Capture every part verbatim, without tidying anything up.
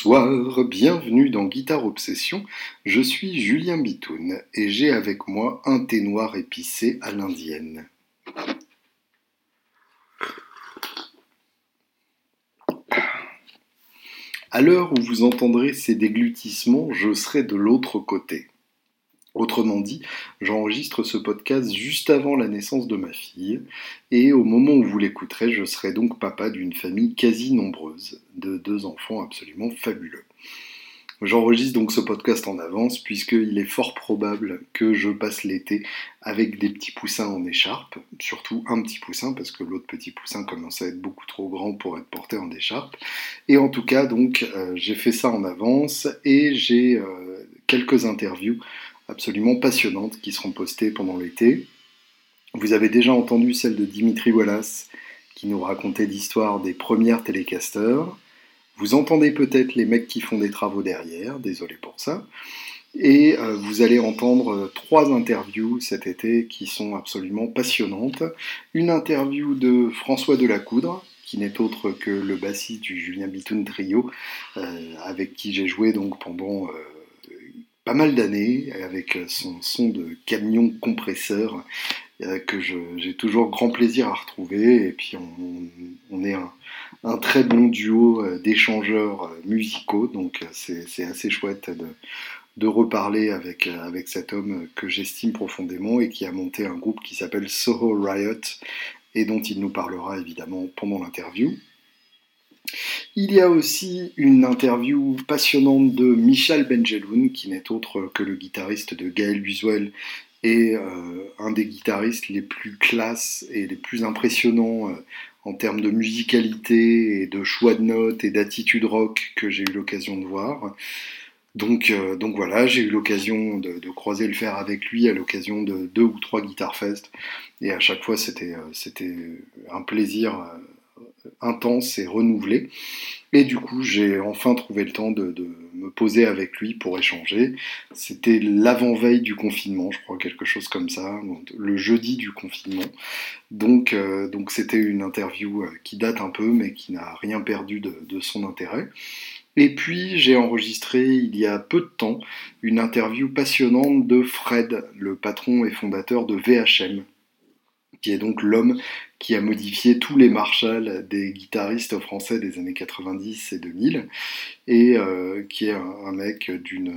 Bonsoir, bienvenue dans Guitare Obsession, je suis Julien Bitoun et j'ai avec moi un thé noir épicé à l'indienne. À l'heure où vous entendrez ces déglutissements, je serai de l'autre côté. Autrement dit, j'enregistre ce podcast juste avant la naissance de ma fille, et au moment où vous l'écouterez, je serai donc papa d'une famille quasi nombreuse, de deux enfants absolument fabuleux. J'enregistre donc ce podcast en avance, puisqu'il est fort probable que je passe l'été avec des petits poussins en écharpe, surtout un petit poussin, parce que l'autre petit poussin commence à être beaucoup trop grand pour être porté en écharpe. Et en tout cas, donc, euh, j'ai fait ça en avance, et j'ai euh, quelques interviews absolument passionnantes qui seront postées pendant l'été. Vous avez déjà entendu celle de Dimitri Wallace, qui nous racontait l'histoire des premières télécasters. Vous entendez peut-être les mecs qui font des travaux derrière, désolé pour ça. Et euh, vous allez entendre euh, trois interviews cet été qui sont absolument passionnantes. Une interview de François Delacoudre, qui n'est autre que le bassiste du Julien Bitoun Trio, euh, avec qui j'ai joué donc pendant euh, pas mal d'années, avec son son de camion compresseur, euh, que je, j'ai toujours grand plaisir à retrouver. Et puis on, on est un, un très bon duo euh, d'échangeurs euh, musicaux, donc euh, c'est, c'est assez chouette de, de reparler avec, euh, avec cet homme que j'estime profondément et qui a monté un groupe qui s'appelle Soho Riot et dont il nous parlera évidemment pendant l'interview. Il y a aussi une interview passionnante de Michal Benjeloun, qui n'est autre que le guitariste de Gaël Buzuel et euh, un des guitaristes les plus classes et les plus impressionnants euh, en termes de musicalité et de choix de notes et d'attitude rock que j'ai eu l'occasion de voir. Donc, euh, donc voilà, j'ai eu l'occasion de, de croiser le fer avec lui à l'occasion de deux ou trois Guitar Fest, et à chaque fois c'était, euh, c'était un plaisir euh, intense et renouvelé. Et du coup, j'ai enfin trouvé le temps de, de me poser avec lui pour échanger. C'était l'avant-veille du confinement, je crois, quelque chose comme ça, le jeudi du confinement. Donc, euh, donc c'était une interview qui date un peu, mais qui n'a rien perdu de, de son intérêt. Et puis, j'ai enregistré, il y a peu de temps, une interview passionnante de Fred, le patron et fondateur de V H M, qui est donc l'homme qui a modifié tous les Marshall des guitaristes français des années quatre-vingt-dix et deux mille, et euh, qui est un, un mec d'une,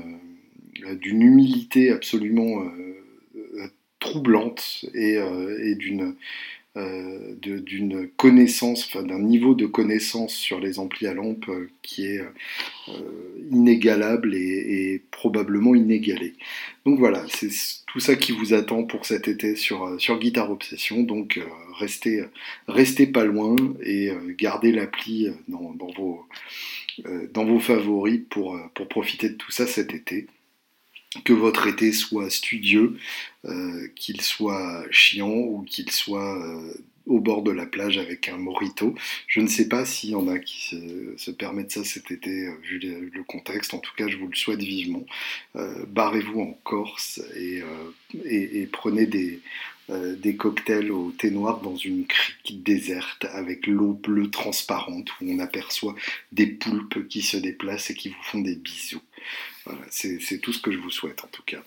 d'une humilité absolument euh, troublante et, euh, et d'une, euh, de, d'une connaissance, enfin d'un niveau de connaissance sur les amplis à lampe euh, qui est euh, inégalable et, et probablement inégalé. Donc voilà, c'est tout ça qui vous attend pour cet été sur, sur Guitare Obsession, donc euh, restez, restez pas loin et euh, gardez l'appli dans, dans, vos, euh, dans vos favoris pour, pour profiter de tout ça cet été. Que votre été soit studieux, euh, qu'il soit chiant ou qu'il soit euh, au bord de la plage avec un mojito. Je ne sais pas s'il y en a qui se, se permettent ça cet été, euh, vu le, le contexte. En tout cas, je vous le souhaite vivement. Euh, barrez-vous en Corse et, euh, et, et prenez des, euh, des cocktails au thé noir dans une crique déserte avec l'eau bleue transparente où on aperçoit des poulpes qui se déplacent et qui vous font des bisous. Voilà, c'est, c'est tout ce que je vous souhaite en tout cas.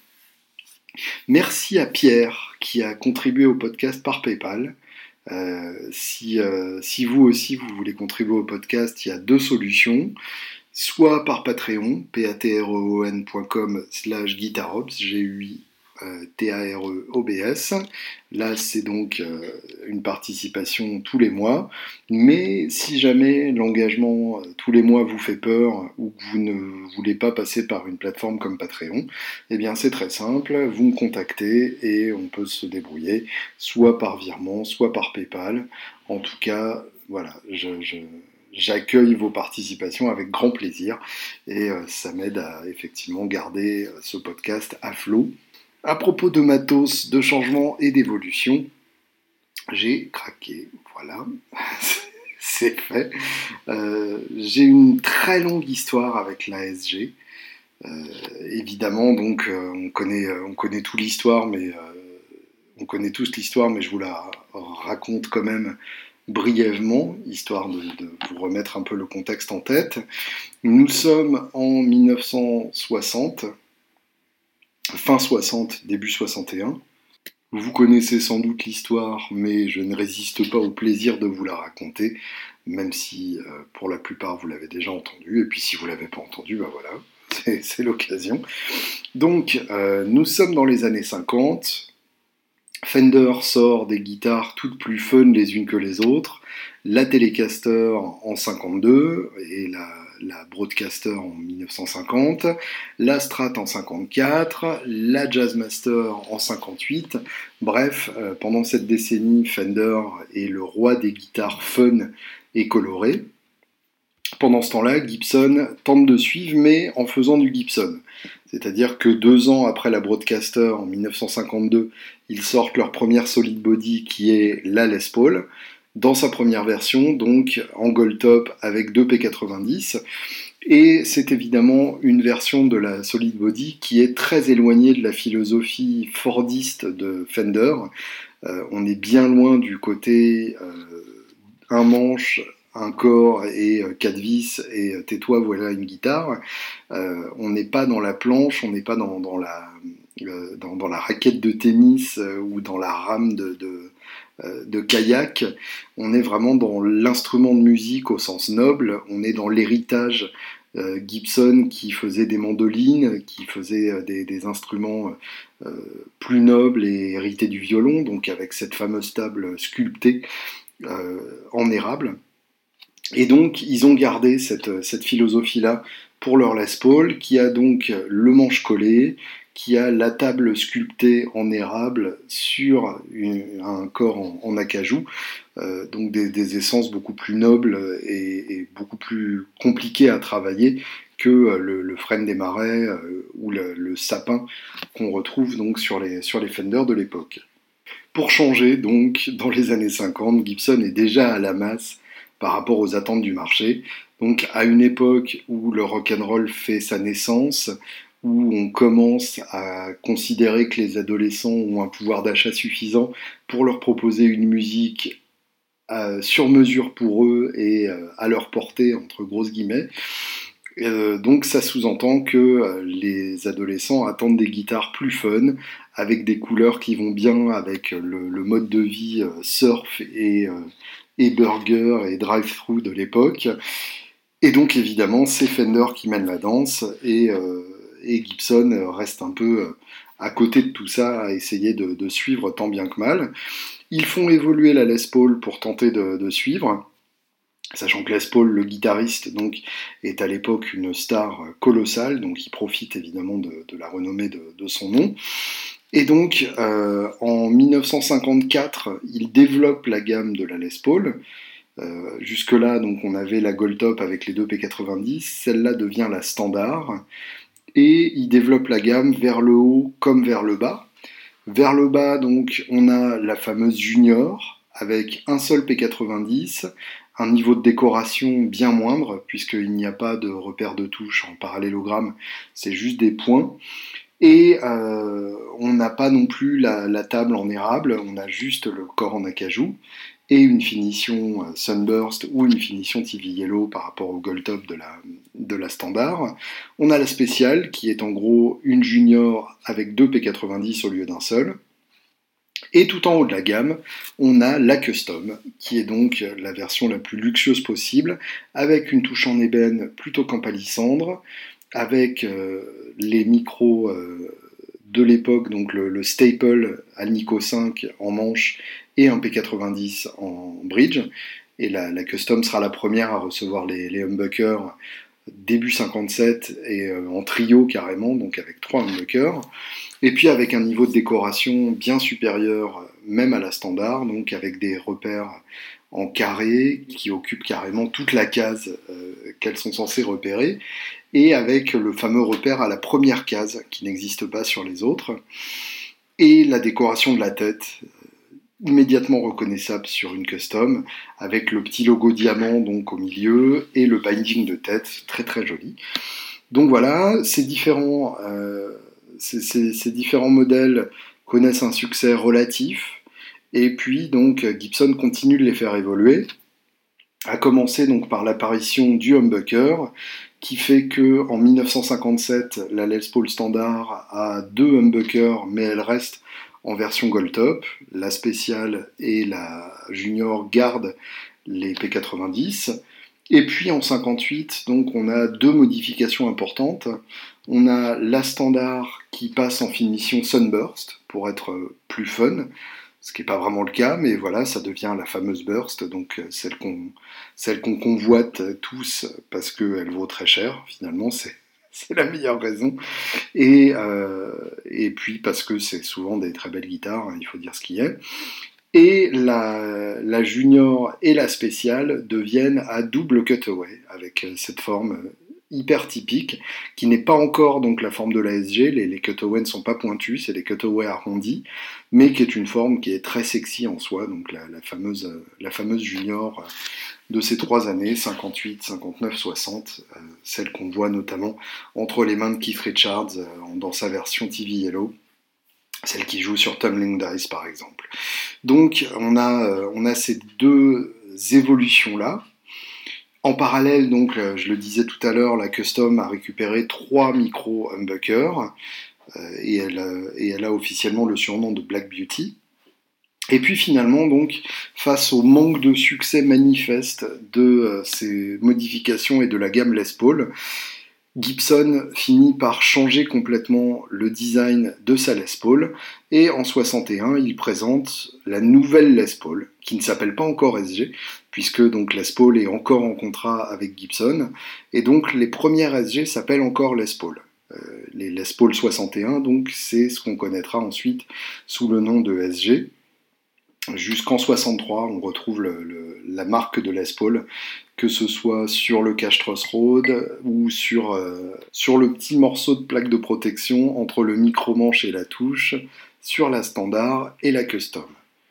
Merci à Pierre qui a contribué au podcast par PayPal. Euh, si, euh, si vous aussi vous voulez contribuer au podcast, il y a deux solutions. Soit par Patreon, patreon point com slash guitarobs, G U I T A R E O B S. Là, c'est donc euh, une participation tous les mois. Mais si jamais l'engagement euh, tous les mois vous fait peur ou que vous ne voulez pas passer par une plateforme comme Patreon, eh bien c'est très simple. Vous me contactez et on peut se débrouiller, soit par virement, soit par PayPal. En tout cas, voilà, je... je J'accueille vos participations avec grand plaisir et euh, ça m'aide à effectivement garder euh, ce podcast à flot. À propos de matos, de changement et d'évolution, j'ai craqué, voilà, c'est fait. Euh, j'ai une très longue histoire avec l'A S G. Euh, évidemment, donc, euh, on connaît, euh, on connaît toute l'histoire, mais euh, on connaît tous l'histoire, mais je vous la raconte quand même brièvement, histoire de, de vous remettre un peu le contexte en tête. Nous sommes en mille neuf cent soixante, fin soixante, début soixante et un. Vous connaissez sans doute l'histoire, mais je ne résiste pas au plaisir de vous la raconter, même si euh, pour la plupart vous l'avez déjà entendu, et puis si vous ne l'avez pas entendu, ben voilà, c'est, c'est l'occasion. Donc, euh, nous sommes dans les années cinquante. Fender sort des guitares toutes plus fun les unes que les autres, la Telecaster en cinquante-deux et la, la Broadcaster en mille neuf cent cinquante, la Strat en cinquante-quatre, la Jazzmaster en cinquante-huit. Bref, euh, pendant cette décennie, Fender est le roi des guitares fun et colorées. Pendant ce temps-là, Gibson tente de suivre, mais en faisant du Gibson. C'est-à-dire que deux ans après la Broadcaster, en mille neuf cent cinquante-deux, ils sortent leur première solid body qui est la Les Paul, dans sa première version, donc en gold top avec deux P quatre-vingt-dix. Et c'est évidemment une version de la solid body qui est très éloignée de la philosophie fordiste de Fender. Euh, on est bien loin du côté euh, un manche, un corps et euh, quatre vis et euh, tais-toi, voilà une guitare. Euh, on n'est pas dans la planche, on n'est pas dans, dans, la, euh, dans, dans la raquette de tennis euh, ou dans la rame de, de, euh, de kayak. On est vraiment dans l'instrument de musique au sens noble. On est dans l'héritage euh, Gibson qui faisait des mandolines, qui faisait euh, des, des instruments euh, plus nobles et hérités du violon, donc avec cette fameuse table sculptée euh, en érable. Et donc, ils ont gardé cette, cette philosophie-là pour leur Les Paul, qui a donc le manche collé, qui a la table sculptée en érable sur une, un corps en, en acajou, euh, donc des, des essences beaucoup plus nobles et, et beaucoup plus compliquées à travailler que le, le frêne des marais euh, ou le, le sapin qu'on retrouve donc sur les, sur les Fender de l'époque. Pour changer, donc, dans les années cinquante, Gibson est déjà à la masse par rapport aux attentes du marché. Donc à une époque où le rock'n'roll fait sa naissance, où on commence à considérer que les adolescents ont un pouvoir d'achat suffisant pour leur proposer une musique euh, sur mesure pour eux et euh, à leur portée, entre grosses guillemets. Euh, donc ça sous-entend que euh, les adolescents attendent des guitares plus fun, avec des couleurs qui vont bien avec le, le mode de vie euh, surf et, euh, et burger et drive-thru de l'époque. Et donc évidemment, c'est Fender qui mène la danse et, euh, et Gibson reste un peu euh, à côté de tout ça, à essayer de, de suivre tant bien que mal. Ils font évoluer la Les Paul pour tenter de, de suivre. Sachant que Les Paul, le guitariste, donc, est à l'époque une star colossale, donc il profite évidemment de, de la renommée de, de son nom. Et donc, euh, en mille neuf cent cinquante-quatre, il développe la gamme de la Les Paul. Euh, jusque-là, donc, on avait la Gold Top avec les deux P quatre-vingt-dix, celle-là devient la standard, et il développe la gamme vers le haut comme vers le bas. Vers le bas, donc, on a la fameuse Junior, avec un seul P quatre-vingt-dix, un niveau de décoration bien moindre, puisqu'il n'y a pas de repère de touche en parallélogramme, c'est juste des points. Et euh, on n'a pas non plus la, la table en érable, on a juste le corps en acajou, et une finition euh, Sunburst ou une finition T V Yellow par rapport au Gold Top de la, de la standard. On a la spéciale, qui est en gros une junior avec deux P quatre-vingt-dix au lieu d'un seul. Et tout en haut de la gamme, on a la Custom, qui est donc la version la plus luxueuse possible, avec une touche en ébène plutôt qu'en palissandre, avec euh, les micros euh, de l'époque, donc le, le Staple Alnico cinq en manche et un P quatre-vingt-dix en bridge. Et la, la Custom sera la première à recevoir les, les humbuckers début cinquante-sept et euh, en trio carrément, donc avec trois humbuckers. Et puis avec un niveau de décoration bien supérieur même à la standard, donc avec des repères en carré qui occupent carrément toute la case euh, qu'elles sont censées repérer, et avec le fameux repère à la première case qui n'existe pas sur les autres, et la décoration de la tête immédiatement reconnaissable sur une custom, avec le petit logo diamant donc au milieu et le binding de tête très très joli. Donc voilà, ces différents, euh, ces, ces, ces différents modèles connaissent un succès relatif Et puis donc Gibson continue de les faire évoluer, à commencer donc par l'apparition du humbucker, qui fait que en dix-neuf cent cinquante-sept, la Les Paul standard a deux humbuckers, mais elle reste en version Goldtop. La spéciale et la junior gardent les P quatre-vingt-dix. Et puis en cinquante-huit, donc on a deux modifications importantes. On a la standard qui passe en finition Sunburst pour être plus fun, ce qui n'est pas vraiment le cas, mais voilà, ça devient la fameuse Burst, donc celle qu'on, celle qu'on convoite tous parce qu'elle vaut très cher, finalement, c'est, c'est la meilleure raison. Et, euh, et puis parce que c'est souvent des très belles guitares, hein, il faut dire ce qu'il y a. Et la, la junior et la spéciale deviennent à double cutaway, avec cette forme hyper typique, qui n'est pas encore donc la forme de la S G, les, les cutaways ne sont pas pointus, c'est des cutaways arrondis, mais qui est une forme qui est très sexy en soi, donc la, la, fameuse, la fameuse junior de ces trois années, cinquante-huit, cinquante-neuf, soixante, euh, celle qu'on voit notamment entre les mains de Keith Richards euh, dans sa version T V Yellow, celle qui joue sur Tumbling Dice par exemple. Donc on a, euh, on a ces deux évolutions-là. En parallèle, donc, je le disais tout à l'heure, la Custom a récupéré trois micros humbuckers euh, et, elle, et elle a officiellement le surnom de Black Beauty. Et puis finalement, donc, face au manque de succès manifeste de euh, ces modifications et de la gamme Les Paul, Gibson finit par changer complètement le design de sa Les Paul, et en soixante et un, il présente la nouvelle Les Paul, qui ne s'appelle pas encore S G, puisque donc Les Paul est encore en contrat avec Gibson, et donc les premières S G s'appellent encore Les Paul. Euh, les Les Paul soixante et un, donc c'est ce qu'on connaîtra ensuite sous le nom de S G. Jusqu'en soixante-trois, on retrouve le, le, la marque de Les Paul, que ce soit sur le Cash Truss Road ou sur, euh, sur le petit morceau de plaque de protection entre le micro-manche et la touche, sur la standard et la custom.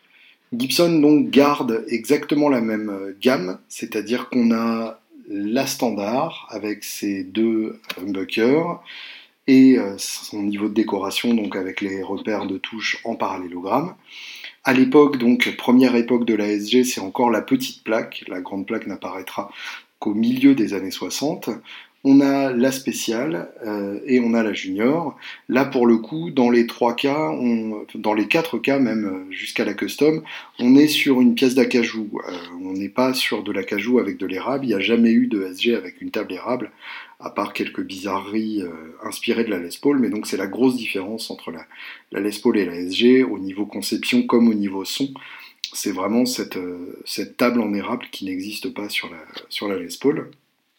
Gibson donc garde exactement la même gamme, c'est-à-dire qu'on a la standard avec ses deux humbuckers et son niveau de décoration donc avec les repères de touche en parallélogramme. À l'époque, donc première époque de la S G, c'est encore la petite plaque, la grande plaque n'apparaîtra qu'au milieu des années soixante. On a la spéciale euh, et on a la junior. Là, pour le coup, dans les trois cas, on, dans les quatre cas même jusqu'à la custom, on est sur une pièce d'acajou. Euh, on n'est pas sur de l'acajou avec de l'érable. Il n'y a jamais eu de S G avec une table érable, à part quelques bizarreries euh, inspirées de la Les Paul. Mais donc c'est la grosse différence entre la, la Les Paul et la S G au niveau conception comme au niveau son. C'est vraiment cette, euh, cette table en érable qui n'existe pas sur la, sur la Les Paul.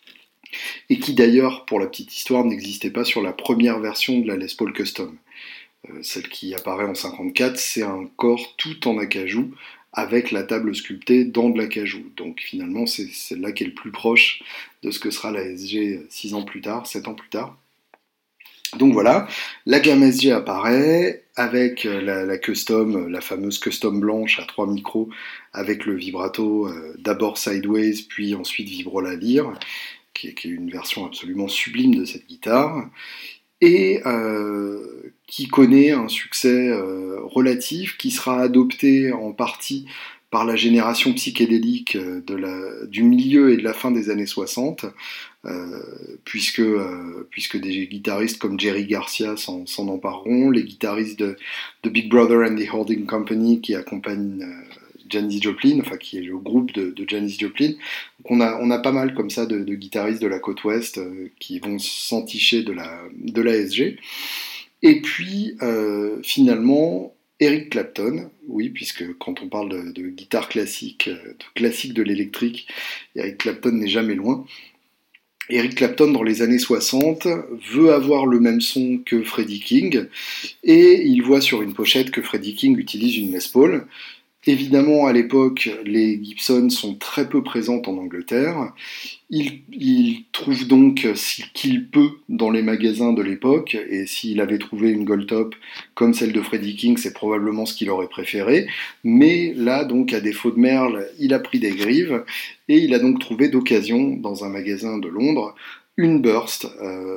Et qui d'ailleurs, pour la petite histoire, n'existait pas sur la première version de la Les Paul Custom. Euh, celle qui apparaît en cinquante-quatre, c'est un corps tout en acajou, avec la table sculptée dans de l'acajou. Donc finalement, c'est celle-là qui est le plus proche de ce que sera la S G six ans plus tard, sept ans plus tard. Donc voilà, la gamme S G apparaît avec la, la custom, la fameuse custom blanche à trois micros, avec le vibrato euh, d'abord sideways, puis ensuite vibro la lyre, qui est, qui est une version absolument sublime de cette guitare, et euh, qui connaît un succès euh, relatif, qui sera adopté en partie par la génération psychédélique de la, du milieu et de la fin des années soixante, euh, puisque, euh, puisque des guitaristes comme Jerry Garcia s'en, s'en empareront, les guitaristes de, de Big Brother and the Holding Company qui accompagnent euh, Janis Joplin, enfin qui est le groupe de, de Janis Joplin. Donc on a, on a pas mal comme ça de, de guitaristes de la côte ouest euh, qui vont s'enticher de la, de la S G. Et puis euh, finalement, Eric Clapton, oui, puisque quand on parle de, de guitare classique, de classique de l'électrique, Eric Clapton n'est jamais loin. Eric Clapton, dans les années soixante, veut avoir le même son que Freddie King, et il voit sur une pochette que Freddie King utilise une Les Paul. Évidemment, à l'époque, les Gibson sont très peu présentes en Angleterre. Il, il trouve donc ce qu'il peut dans les magasins de l'époque, et s'il avait trouvé une Goldtop comme celle de Freddie King, c'est probablement ce qu'il aurait préféré. Mais là, donc, à défaut de merle, il a pris des grives, et il a donc trouvé d'occasion, dans un magasin de Londres, une Burst, euh,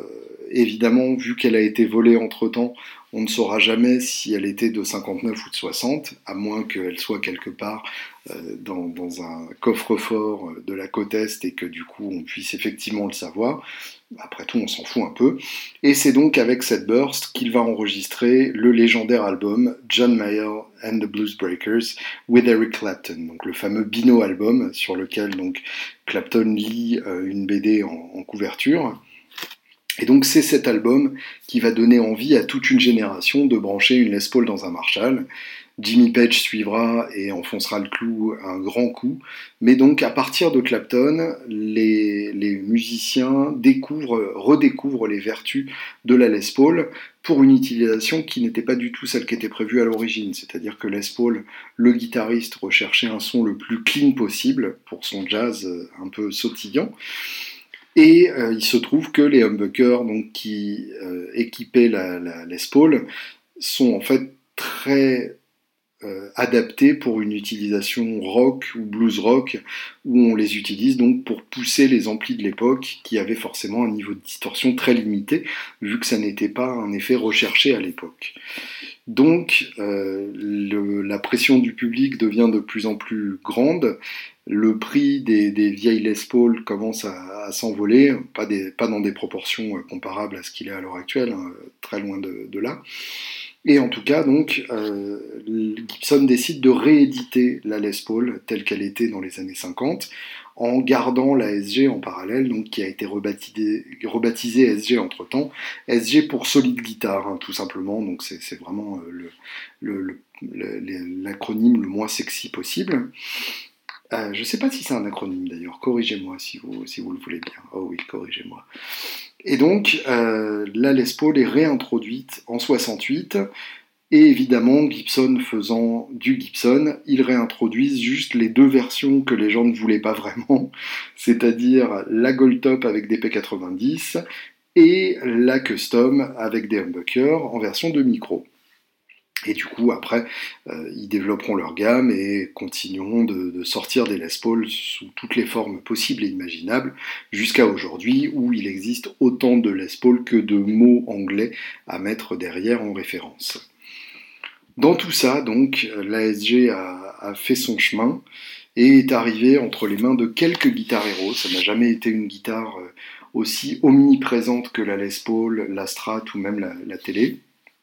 évidemment, vu qu'elle a été volée entre-temps, on ne saura jamais si elle était de cinquante-neuf ou de soixante, à moins qu'elle soit quelque part euh, dans, dans un coffre-fort de la côte Est et que du coup on puisse effectivement le savoir. Après tout, on s'en fout un peu. Et c'est donc avec cette burst qu'il va enregistrer le légendaire album John Mayer and the Blues Breakers with Eric Clapton, donc le fameux Bino album sur lequel donc Clapton lit euh, une B D en, en couverture. Et donc c'est cet album qui va donner envie à toute une génération de brancher une Les Paul dans un Marshall. Jimmy Page suivra et enfoncera le clou un grand coup. Mais donc à partir de Clapton, les, les musiciens découvrent, redécouvrent les vertus de la Les Paul pour une utilisation qui n'était pas du tout celle qui était prévue à l'origine. C'est-à-dire que Les Paul, le guitariste, recherchait un son le plus clean possible pour son jazz un peu sautillant. Et euh, il se trouve que les humbuckers donc, qui euh, équipaient la, la Les Paul sont en fait très euh, adaptés pour une utilisation rock ou blues rock, où on les utilise donc pour pousser les amplis de l'époque qui avaient forcément un niveau de distorsion très limité, vu que ça n'était pas un effet recherché à l'époque. Donc euh, le, la pression du public devient de plus en plus grande, le prix des, des vieilles Les Paul commence à, à s'envoler, pas, des, pas dans des proportions comparables à ce qu'il est à l'heure actuelle, hein, très loin de, de là. Et en tout cas, donc, euh, Gibson décide de rééditer la Les Paul telle qu'elle était dans les années cinquante, en gardant la S G en parallèle, donc qui a été rebaptisée, rebaptisée S G entre-temps, S G pour Solid Guitar, hein, tout simplement, donc c'est, c'est vraiment euh, le, le, le, l'acronyme le moins sexy possible. Euh, je ne sais pas si c'est un acronyme d'ailleurs, corrigez-moi si vous, si vous le voulez bien. Oh oui, corrigez-moi. Et donc, euh, la Les Paul est réintroduite en soixante-huit, et évidemment, Gibson faisant du Gibson, ils réintroduisent juste les deux versions que les gens ne voulaient pas vraiment, c'est-à-dire la Gold Top avec des P quatre-vingt-dix et la Custom avec des humbuckers en version de micro. Et du coup, après, euh, ils développeront leur gamme et continueront de, de sortir des Les Paul sous toutes les formes possibles et imaginables, jusqu'à aujourd'hui, où il existe autant de Les Paul que de mots anglais à mettre derrière en référence. Dans tout ça, donc, l'A S G a, a fait son chemin et est arrivé entre les mains de quelques guitares héros. Ça n'a jamais été une guitare aussi omniprésente que la Les Paul, la Strat ou même la, la télé.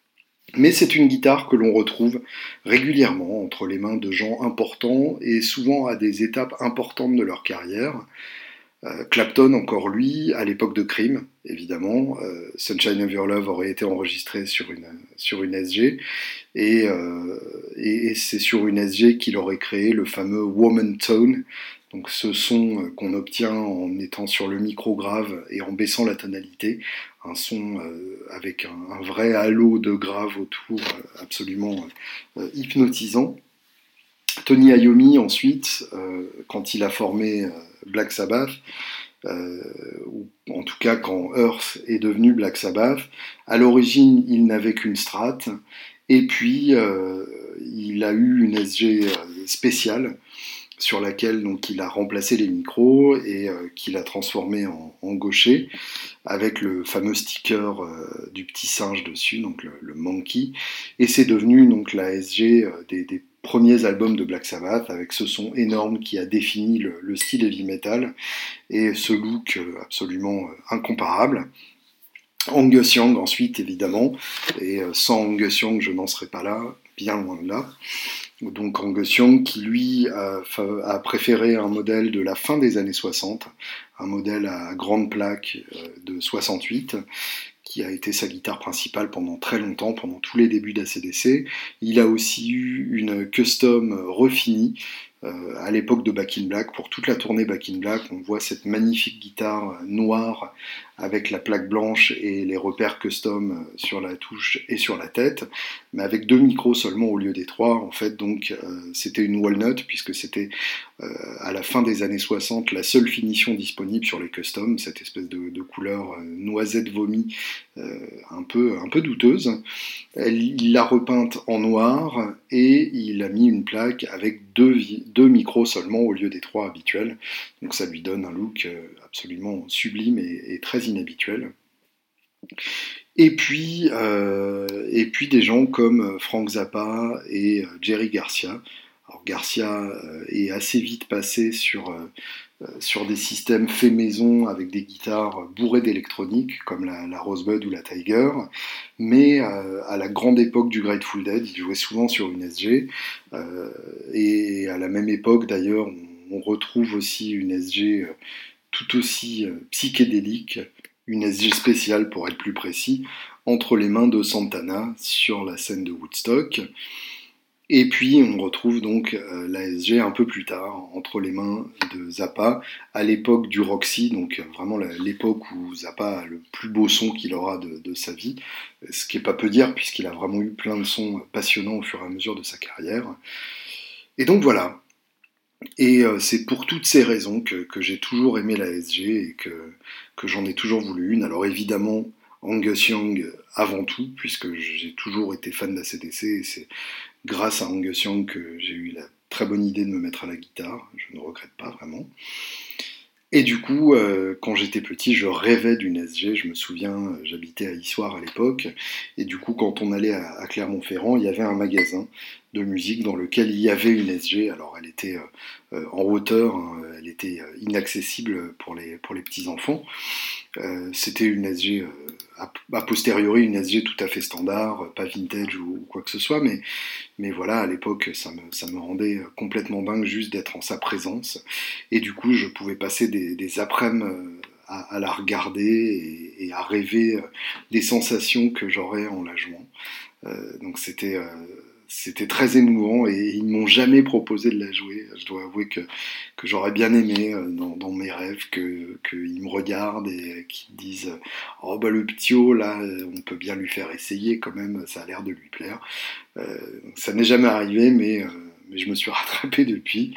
Mais c'est une guitare que l'on retrouve régulièrement entre les mains de gens importants et souvent à des étapes importantes de leur carrière. Euh, Clapton, encore lui, à l'époque de Cream, évidemment. Euh, Sunshine of Your Love aurait été enregistré sur une, sur une S G, et, euh, et, et c'est sur une S G qu'il aurait créé le fameux Woman Tone, donc ce son qu'on obtient en étant sur le micro grave et en baissant la tonalité, un son euh, avec un, un vrai halo de grave autour, euh, absolument euh, hypnotisant. Tony Iommi, ensuite, euh, quand il a formé euh, Black Sabbath, euh, ou en tout cas quand Earth est devenu Black Sabbath, à l'origine il n'avait qu'une Strat, et puis euh, il a eu une S G spéciale sur laquelle donc, il a remplacé les micros et euh, qu'il a transformé en, en gaucher, avec le fameux sticker euh, du petit singe dessus, donc le, le monkey, et c'est devenu donc la S G euh, des, des premiers albums de Black Sabbath, avec ce son énorme qui a défini le, le style heavy metal, et ce look euh, absolument euh, incomparable. Angus Young ensuite, évidemment, et euh, sans Angus Young, je n'en serais pas là, bien loin de là. Donc Angus Young qui lui a, a préféré un modèle de la fin des années soixante, un modèle à grande plaque de soixante-huit, qui a été sa guitare principale pendant très longtemps, pendant tous les débuts d'A C D C. Il a aussi eu une custom refinie euh, à l'époque de Back in Black. Pour toute la tournée Back in Black, on voit cette magnifique guitare noire avec la plaque blanche et les repères custom sur la touche et sur la tête, mais avec deux micros seulement au lieu des trois. En fait, donc, euh, c'était une walnut, puisque c'était euh, à la fin des années soixante la seule finition disponible sur les customs, cette espèce de, de couleur euh, noisette vomi, euh, un peu, un peu douteuse. Elle, il l'a repeinte en noir et il a mis une plaque avec deux, deux micros seulement au lieu des trois habituels. Donc ça lui donne un look absolument sublime et, et très inhabituel. Et puis, euh, et puis des gens comme Frank Zappa et Jerry Garcia. Alors Garcia euh, est assez vite passé sur, euh, sur des systèmes faits maison avec des guitares bourrées d'électronique comme la, la Rosebud ou la Tiger, mais euh, à la grande époque du Grateful Dead, il jouait souvent sur une S G, euh, et à la même époque d'ailleurs, on, on retrouve aussi une S G euh, tout aussi euh, psychédélique, une S G spéciale pour être plus précis, entre les mains de Santana sur la scène de Woodstock. Et puis on retrouve donc euh, la S G un peu plus tard, entre les mains de Zappa, à l'époque du Roxy, donc euh, vraiment l'époque où Zappa a le plus beau son qu'il aura de, de sa vie, ce qui est pas peu dire puisqu'il a vraiment eu plein de sons passionnants au fur et à mesure de sa carrière. Et donc voilà, et euh, c'est pour toutes ces raisons que, que j'ai toujours aimé la S G et que, que j'en ai toujours voulu une. Alors évidemment, Angus Young avant tout, puisque j'ai toujours été fan d'A C D C, et c'est grâce à Angus Young que j'ai eu la très bonne idée de me mettre à la guitare. Je ne regrette pas vraiment. Et du coup, euh, quand j'étais petit, je rêvais d'une S G. Je me souviens, j'habitais à Issoire à l'époque. Et du coup, quand on allait à, à Clermont-Ferrand, il y avait un magasin de musique dans lequel il y avait une S G. Alors, elle était euh, euh, en hauteur, hein, elle était euh, inaccessible pour les, pour les petits-enfants. Euh, c'était une S G, euh, a, a posteriori, une S G tout à fait standard, pas vintage ou, ou quoi que ce soit, mais mais voilà, à l'époque, ça me, ça me rendait complètement dingue juste d'être en sa présence. Et du coup, je pouvais passer des, des après-midi à, à la regarder et, et à rêver euh, des sensations que j'aurais en la jouant. Euh, donc c'était euh, c'était très émouvant et ils m'ont jamais proposé de la jouer. Je dois avouer que, que j'aurais bien aimé euh, dans, dans mes rêves que qu'ils me regardent et qu'ils disent oh bah le ptio là on peut bien lui faire essayer quand même, ça a l'air de lui plaire. Euh, ça n'est jamais arrivé, mais, euh, mais je me suis rattrapé depuis.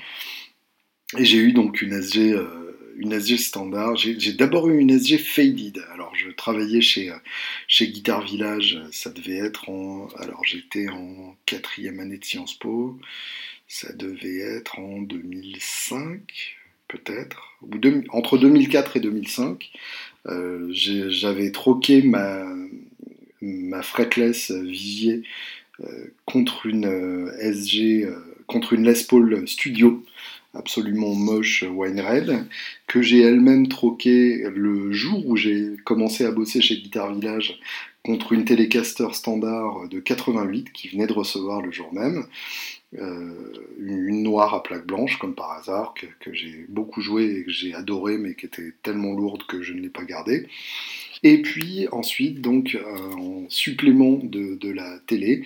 Et j'ai eu donc une S G, euh, une S G standard. J'ai, j'ai d'abord eu une S G faded. Alors je travaillais chez, euh, chez Guitar Village, ça devait être en... Alors j'étais en quatrième année de Sciences Po, ça devait être en deux mille cinq peut-être, ou deux, entre deux mille quatre et deux mille cinq. Euh, j'avais troqué ma, ma fretless Vigier euh, contre une euh, S G, euh, contre une Les Paul Studio, absolument moche wine red, que j'ai elle-même troqué le jour où j'ai commencé à bosser chez Guitar Village contre une Telecaster standard de quatre-vingt-huit qui venait de recevoir le jour même, euh, une, une noire à plaque blanche comme par hasard, que, que j'ai beaucoup joué et que j'ai adoré mais qui était tellement lourde que je ne l'ai pas gardée. Et puis ensuite, donc euh, en supplément de, de la télé,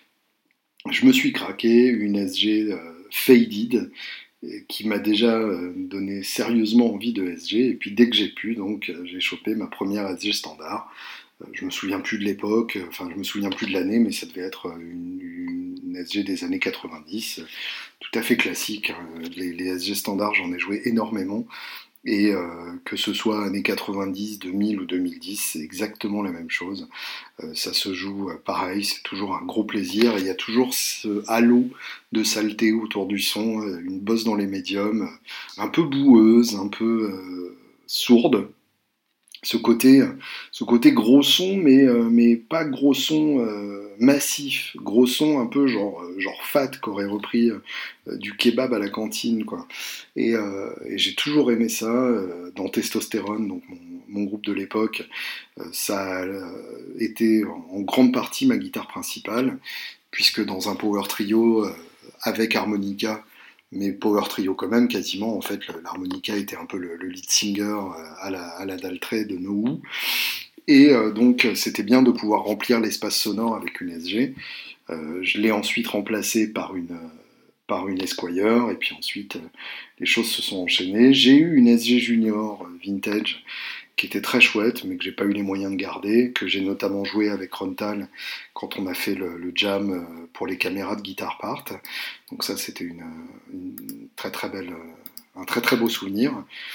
je me suis craqué une S G euh, faded qui m'a déjà euh, donné sérieusement envie de S G. Et puis dès que j'ai pu, donc euh, j'ai chopé ma première S G standard. Euh, je me souviens plus de l'époque, euh, enfin je me souviens plus de l'année, mais ça devait être une, une S G des années quatre-vingt-dix, euh, tout à fait classique. Hein. Les, les S G standards, j'en ai joué énormément. Et euh, que ce soit années quatre-vingt-dix, deux mille ou deux mille dix, c'est exactement la même chose. Euh, ça se joue euh, pareil, c'est toujours un gros plaisir. Et il y a toujours ce halo de saleté autour du son, euh, une bosse dans les médiums, un peu boueuse, un peu euh, sourde. Ce côté, ce côté gros son, mais, euh, mais pas gros son euh, massif, gros son un peu genre, euh, genre fat qu'aurait repris euh, du kebab à la cantine, quoi. Et, euh, et j'ai toujours aimé ça euh, dans Testostérone, donc mon, mon groupe de l'époque. Euh, ça a euh, été en grande partie ma guitare principale, puisque dans un power trio euh, avec harmonica, mais power trio quand même, quasiment, en fait, l'harmonica était un peu le, le lead singer euh, à la, à la Daltrey de No Who. Et euh, donc, c'était bien de pouvoir remplir l'espace sonore avec une S G. Euh, je l'ai ensuite remplacé par une, par une Esquire, et puis ensuite, euh, les choses se sont enchaînées. J'ai eu une S G Junior euh, vintage qui était très chouette, mais que j'ai pas eu les moyens de garder, que j'ai notamment joué avec Rontal quand on a fait le, le jam pour les caméras de Guitar Part. Donc ça, c'était une, une très très belle, un très très beau souvenir.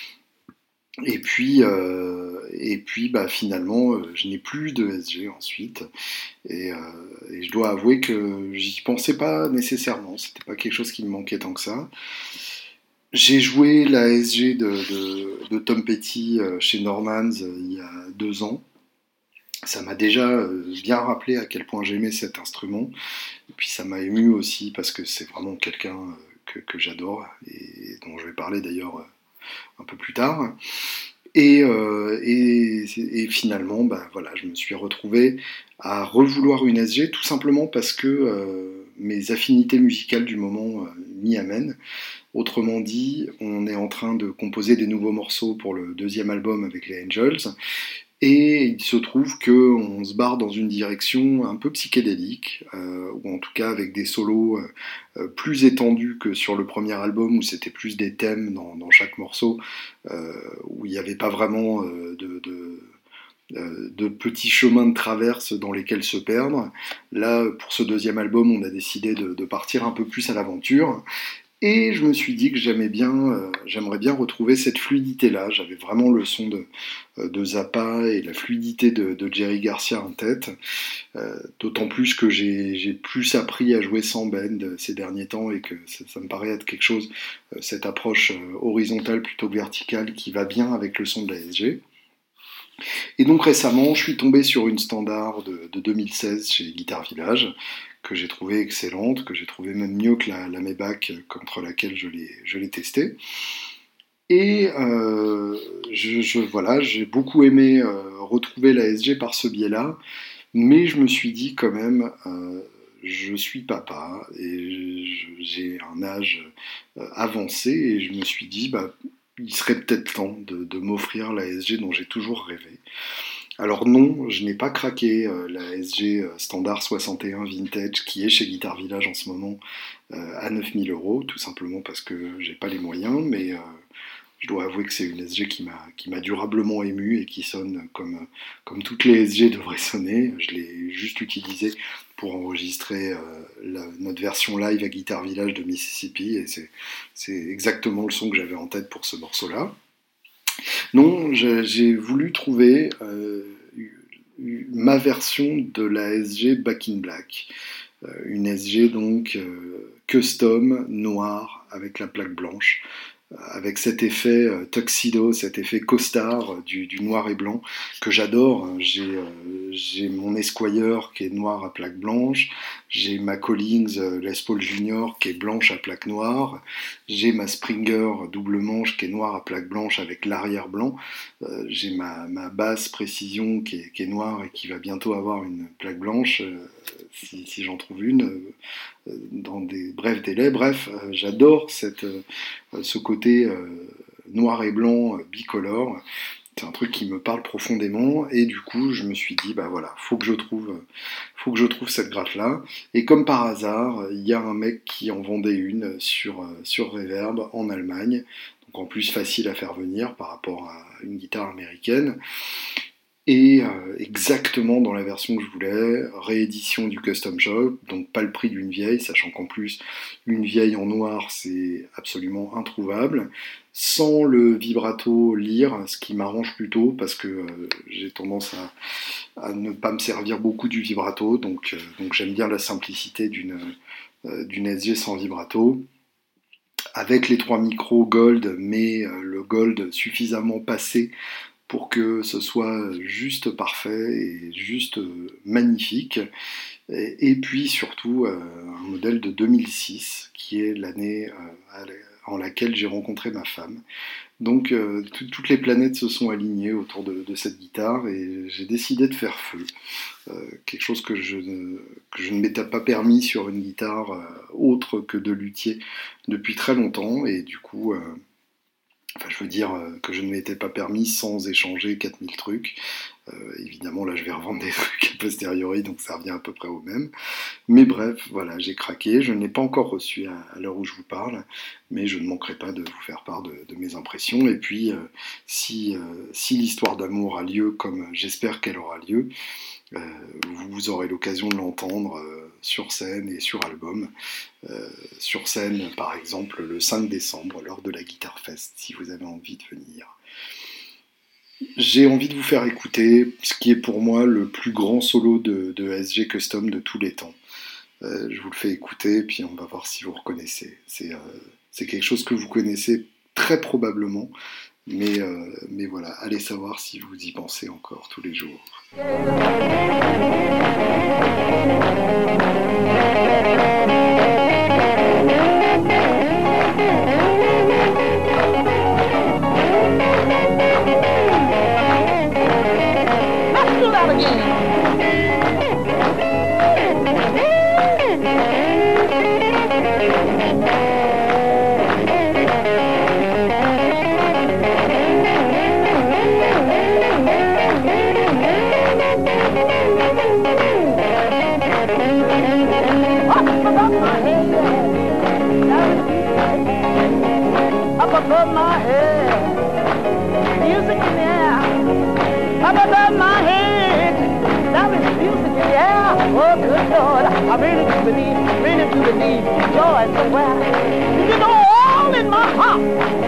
Et puis, euh, et puis bah, finalement, je n'ai plus de S G ensuite. Et, euh, et je dois avouer que j'y pensais pas nécessairement. C'était pas quelque chose qui me manquait tant que ça. J'ai joué la S G de, de, de Tom Petty chez Normans il y a deux ans. Ça m'a déjà euh, bien rappelé à quel point j'aimais cet instrument. Et puis ça m'a ému aussi parce que c'est vraiment quelqu'un euh, que, que j'adore et dont je vais parler d'ailleurs euh, un peu plus tard. Et, euh, et, et finalement, bah, voilà, je me suis retrouvé à revouloir une S G tout simplement parce que euh, mes affinités musicales du moment euh, m'y amènent. Autrement dit, on est en train de composer des nouveaux morceaux pour le deuxième album avec les Angels. Et il se trouve qu'on se barre dans une direction un peu psychédélique, euh, ou en tout cas avec des solos euh, plus étendus que sur le premier album, où c'était plus des thèmes dans, dans chaque morceau, euh, où il n'y avait pas vraiment euh, de, de, euh, de petits chemins de traverse dans lesquels se perdre. Là, pour ce deuxième album, on a décidé de, de partir un peu plus à l'aventure. Et je me suis dit que j'aimais bien, euh, j'aimerais bien retrouver cette fluidité-là. J'avais vraiment le son de, euh, de Zappa et la fluidité de, de Jerry Garcia en tête. Euh, d'autant plus que j'ai, j'ai plus appris à jouer sans bend ces derniers temps et que ça, ça me paraît être quelque chose, euh, cette approche euh, horizontale plutôt que verticale qui va bien avec le son de la S G. Et donc récemment, je suis tombé sur une standard de, de deux mille seize chez Guitar Village, que j'ai trouvé excellente, que j'ai trouvé même mieux que la, la Maybach contre laquelle je l'ai, je l'ai testée. Et euh, je, je, voilà, j'ai beaucoup aimé euh, retrouver la S G par ce biais-là, mais je me suis dit quand même, euh, je suis papa et je, j'ai un âge euh, avancé et je me suis dit, bah, il serait peut-être temps de, de m'offrir la S G dont j'ai toujours rêvé. Alors non, je n'ai pas craqué euh, la S G euh, Standard soixante et un Vintage qui est chez Guitar Village en ce moment euh, à neuf mille euros, tout simplement parce que j'ai pas les moyens, mais euh, je dois avouer que c'est une S G qui m'a, qui m'a durablement ému et qui sonne comme, comme toutes les S G devraient sonner. Je l'ai juste utilisée pour enregistrer euh, la, notre version live à Guitar Village de Mississippi et c'est, c'est exactement le son que j'avais en tête pour ce morceau-là. Non, j'ai, j'ai voulu trouver euh, ma version de la S G Back in Black. Euh, une S G donc euh, custom, noire, avec la plaque blanche, avec cet effet euh, tuxedo, cet effet costard euh, du, du noir et blanc que j'adore. J'ai, euh, j'ai mon Esquire qui est noir à plaque blanche, j'ai ma Collins euh, Les Paul Junior qui est blanche à plaque noire, j'ai ma Springer double manche qui est noire à plaque blanche avec l'arrière blanc, euh, j'ai ma, ma basse précision qui est, qui est noire et qui va bientôt avoir une plaque blanche euh, si, si j'en trouve une. Euh, dans des brefs délais. Bref, euh, j'adore cette, euh, ce côté euh, noir et blanc euh, bicolore. C'est un truc qui me parle profondément et du coup je me suis dit bah voilà, faut que je trouve, faut que je trouve cette gratte là. Et comme par hasard, il y a un mec qui en vendait une sur sur Reverb en Allemagne, donc en plus facile à faire venir par rapport à une guitare américaine. Et euh, exactement dans la version que je voulais, réédition du Custom Shop, donc pas le prix d'une vieille, sachant qu'en plus une vieille en noir c'est absolument introuvable, sans le vibrato lyre, ce qui m'arrange plutôt parce que euh, j'ai tendance à, à ne pas me servir beaucoup du vibrato, donc, euh, donc j'aime bien la simplicité d'une, euh, d'une S G sans vibrato. Avec les trois micros gold, mais euh, le gold suffisamment passé pour que ce soit juste parfait et juste magnifique. Et, et puis surtout euh, un modèle de deux mille six, qui est l'année euh, en laquelle j'ai rencontré ma femme. Donc euh, t- toutes les planètes se sont alignées autour de, de cette guitare et j'ai décidé de faire feu. Euh, quelque chose que je, ne, que je ne m'étais pas permis sur une guitare euh, autre que de luthier depuis très longtemps et du coup... Euh, Enfin, je veux dire euh, que je ne m'étais pas permis sans échanger quatre mille trucs. Euh, évidemment, là, je vais revendre des trucs a posteriori, donc ça revient à peu près au même. Mais bref, voilà, j'ai craqué. Je ne l'ai pas encore reçu à, à l'heure où je vous parle, mais je ne manquerai pas de vous faire part de, de mes impressions. Et puis, euh, si, euh, si l'histoire d'amour a lieu comme j'espère qu'elle aura lieu, euh, vous aurez l'occasion de l'entendre euh, sur scène et sur album. Euh, sur scène, par exemple, le cinq décembre, lors de la Guitar Fest, si vous avez envie de venir. J'ai envie de vous faire écouter ce qui est pour moi le plus grand solo de, de S G Custom de tous les temps. Euh, je vous le fais écouter, puis on va voir si vous reconnaissez. C'est, euh, c'est quelque chose que vous connaissez très probablement, Mais, euh, mais voilà, allez savoir si vous y pensez encore tous les jours. Let's do that again. Up above my head, music in the air. Up above my head, now it's music in the air. Oh, good Lord, I really do believe, really do believe joy somewhere. You know, all in my heart,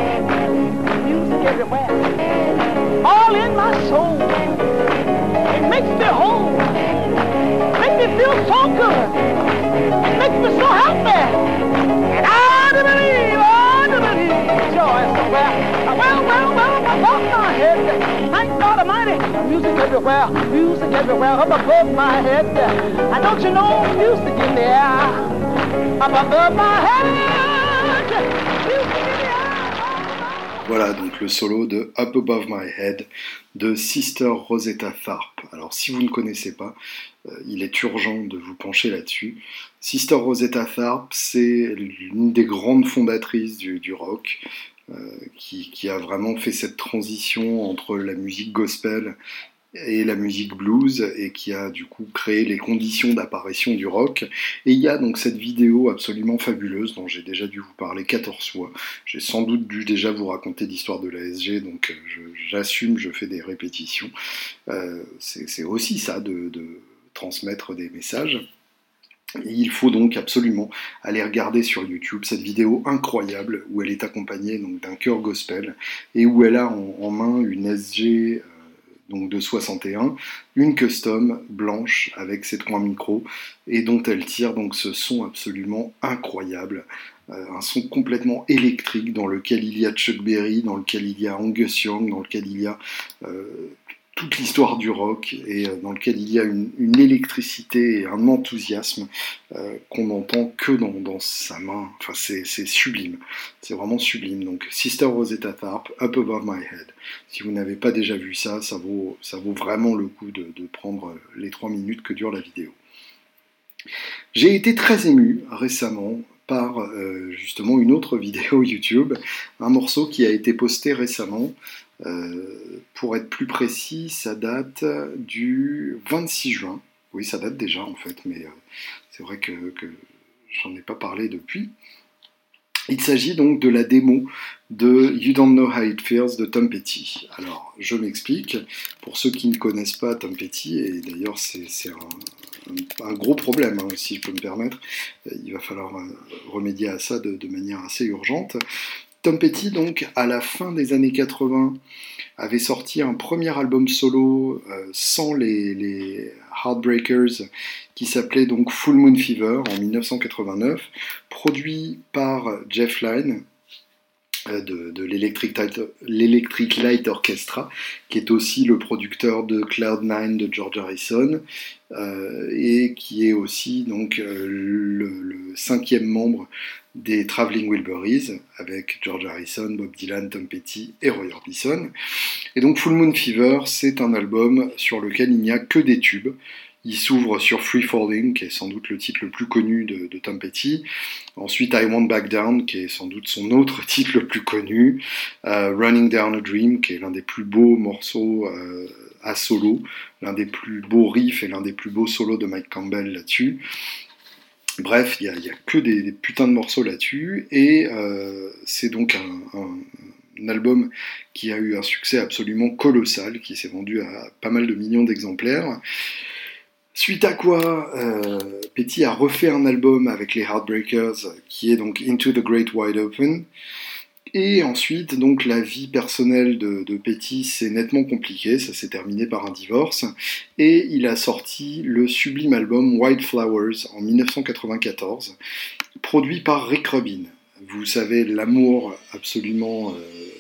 music everywhere, all in my soul. It makes me whole, makes me feel so good. It makes me so happy, and I do believe, I do believe joy somewhere. Well, well, well, up above my head, thank God Almighty, music everywhere, music everywhere, up above my head. And don't you know, music in the air, up above my head, music in the air. Voilà donc le solo de Up Above My Head de Sister Rosetta Tharpe. Alors si vous ne connaissez pas, euh, il est urgent de vous pencher là-dessus. Sister Rosetta Tharpe, c'est l'une des grandes fondatrices du, du rock, euh, qui, qui a vraiment fait cette transition entre la musique gospel et la musique blues, et qui a du coup créé les conditions d'apparition du rock. Et il y a donc cette vidéo absolument fabuleuse dont j'ai déjà dû vous parler quatorze fois. J'ai sans doute dû déjà vous raconter l'histoire de l'A S G, donc je, j'assume, je fais des répétitions. Euh, c'est, c'est aussi ça, de, de transmettre des messages. Et il faut donc absolument aller regarder sur YouTube cette vidéo incroyable où elle est accompagnée donc, d'un chœur gospel et où elle a en, en main une S G euh, donc de soixante et un, une custom blanche avec ses trois micros et dont elle tire donc ce son absolument incroyable, euh, un son complètement électrique dans lequel il y a Chuck Berry, dans lequel il y a Angus Young, dans lequel il y a euh, toute l'histoire du rock et dans lequel il y a une, une électricité et un enthousiasme euh, qu'on n'entend que dans, dans sa main. Enfin, c'est, c'est sublime. C'est vraiment sublime. Donc, Sister Rosetta Tharpe, Up Above My Head. Si vous n'avez pas déjà vu ça, ça vaut, ça vaut vraiment le coup de, de prendre les trois minutes que dure la vidéo. J'ai été très ému récemment par euh, justement une autre vidéo YouTube, un morceau qui a été posté récemment. Euh, pour être plus précis, ça date du vingt-six juin. Oui, ça date déjà en fait, mais euh, c'est vrai que, que j'en ai pas parlé depuis. Il s'agit donc de la démo de You Don't Know How It Feels de Tom Petty. Alors, je m'explique. Pour ceux qui ne connaissent pas Tom Petty, et d'ailleurs c'est, c'est un, un, un gros problème, hein, si je peux me permettre, il va falloir remédier à ça de, de manière assez urgente. Tom Petty, donc, à la fin des années quatre-vingts, avait sorti un premier album solo euh, sans les, les Heartbreakers, qui s'appelait donc Full Moon Fever en dix-neuf cent quatre-vingt-neuf, produit par Jeff Lynne euh, de, de l'Electric Light, l'Electric Light Orchestra, qui est aussi le producteur de Cloud nine de George Harrison, euh, et qui est aussi donc euh, le, le cinquième membre des Traveling Wilburys, avec George Harrison, Bob Dylan, Tom Petty et Roy Orbison. Et donc Full Moon Fever, c'est un album sur lequel il n'y a que des tubes. Il s'ouvre sur Free Falling, qui est sans doute le titre le plus connu de, de Tom Petty. Ensuite, I Won't Back Down, qui est sans doute son autre titre le plus connu. Uh, Running Down a Dream, qui est l'un des plus beaux morceaux euh, à solo, l'un des plus beaux riffs et l'un des plus beaux solos de Mike Campbell là-dessus. Bref, il n'y a, a que des, des putains de morceaux là-dessus, et euh, c'est donc un, un, un album qui a eu un succès absolument colossal, qui s'est vendu à pas mal de millions d'exemplaires. Suite à quoi, euh, Petty a refait un album avec les Heartbreakers, qui est donc Into the Great Wide Open. Et ensuite, donc, la vie personnelle de, de Petty s'est nettement compliquée, ça s'est terminé par un divorce, et il a sorti le sublime album White Flowers en dix-neuf cent quatre-vingt-quatorze, produit par Rick Rubin. Vous savez, l'amour absolument euh,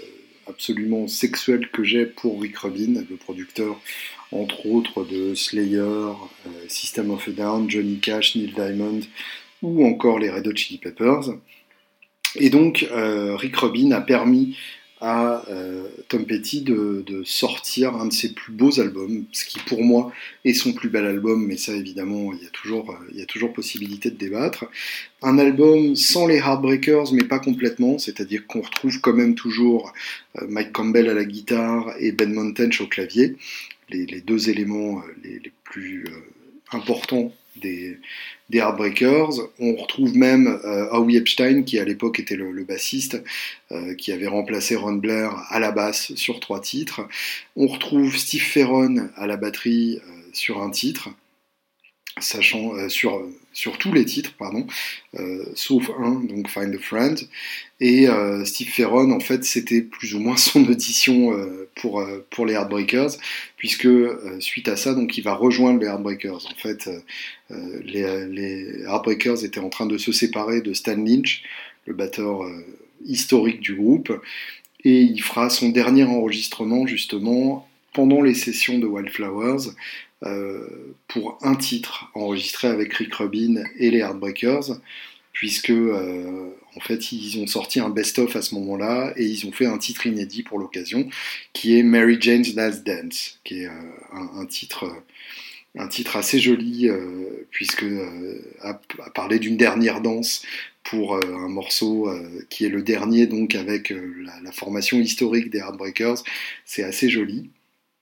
absolument sexuel que j'ai pour Rick Rubin, le producteur entre autres de Slayer, euh, System of a Down, Johnny Cash, Neil Diamond ou encore les Red Hot Chili Peppers. Et donc euh, Rick Rubin a permis à euh, Tom Petty de, de sortir un de ses plus beaux albums, ce qui pour moi est son plus bel album, mais ça évidemment il y a toujours, euh, il y a toujours possibilité de débattre. Un album sans les Heartbreakers, mais pas complètement, c'est-à-dire qu'on retrouve quand même toujours euh, Mike Campbell à la guitare et Ben Montench au clavier, les, les deux éléments euh, les, les plus euh, importants des, des Heartbreakers. On retrouve même euh, Howie Epstein, qui à l'époque était le, le bassiste, euh, qui avait remplacé Ron Blair à la basse sur trois titres. On retrouve Steve Ferron à la batterie euh, sur un titre, sachant euh, sur, sur tous les titres, pardon, euh, sauf un, donc Find a Friend. Et euh, Steve Ferron, en fait, c'était plus ou moins son audition euh, pour, euh, pour les Heartbreakers, puisque euh, suite à ça, donc, il va rejoindre les Heartbreakers. En fait, euh, les, les Heartbreakers étaient en train de se séparer de Stan Lynch, le batteur euh, historique du groupe, et il fera son dernier enregistrement, justement, pendant les sessions de Wildflowers, euh, pour un titre enregistré avec Rick Rubin et les Heartbreakers, puisque euh, en fait ils ont sorti un best-of à ce moment-là et ils ont fait un titre inédit pour l'occasion qui est Mary Jane's Last Dance, qui est euh, un, un titre un titre assez joli euh, puisque euh, à, à parler d'une dernière danse pour euh, un morceau euh, qui est le dernier donc avec euh, la, la formation historique des Heartbreakers, c'est assez joli.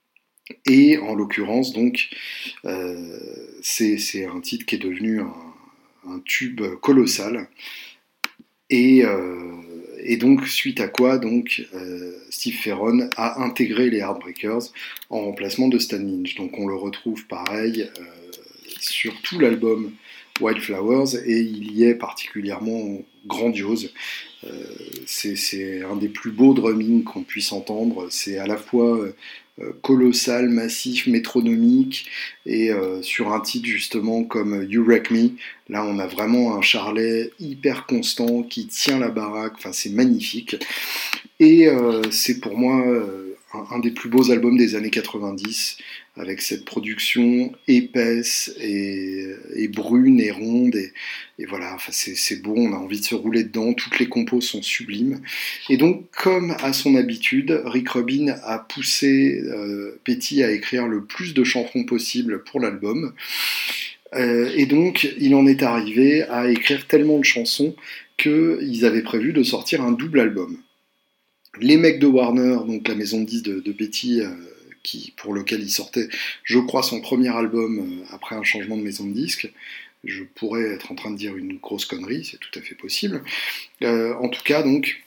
Et en l'occurrence donc euh, c'est, c'est un titre qui est devenu un un tube colossal, et, euh, et donc suite à quoi donc euh, Steve Ferron a intégré les Heartbreakers en remplacement de Stan Lynch. Donc on le retrouve pareil euh, sur tout l'album Wildflowers, et il y est particulièrement grandiose. Euh, c'est, c'est un des plus beaux drumming qu'on puisse entendre. C'est à la fois euh, colossal, massif, métronomique, et euh, sur un titre justement comme You Wreck Me, là on a vraiment un charlet hyper constant qui tient la baraque. Enfin, c'est magnifique, et euh, c'est pour moi euh, un, un des plus beaux albums des années quatre-vingt-dix, avec cette production épaisse et, et brune et ronde, et, et voilà, enfin c'est, c'est beau, on a envie de se rouler dedans, toutes les compos sont sublimes. Et donc, comme à son habitude, Rick Rubin a poussé euh, Petty à écrire le plus de chansons possible pour l'album, euh, et donc il en est arrivé à écrire tellement de chansons qu'ils avaient prévu de sortir un double album. Les mecs de Warner, donc la maison de disques de, de Petty, euh, qui, pour lequel il sortait, je crois, son premier album euh, après un changement de maison de disques. Je pourrais être en train de dire une grosse connerie, c'est tout à fait possible. Euh, en tout cas, donc,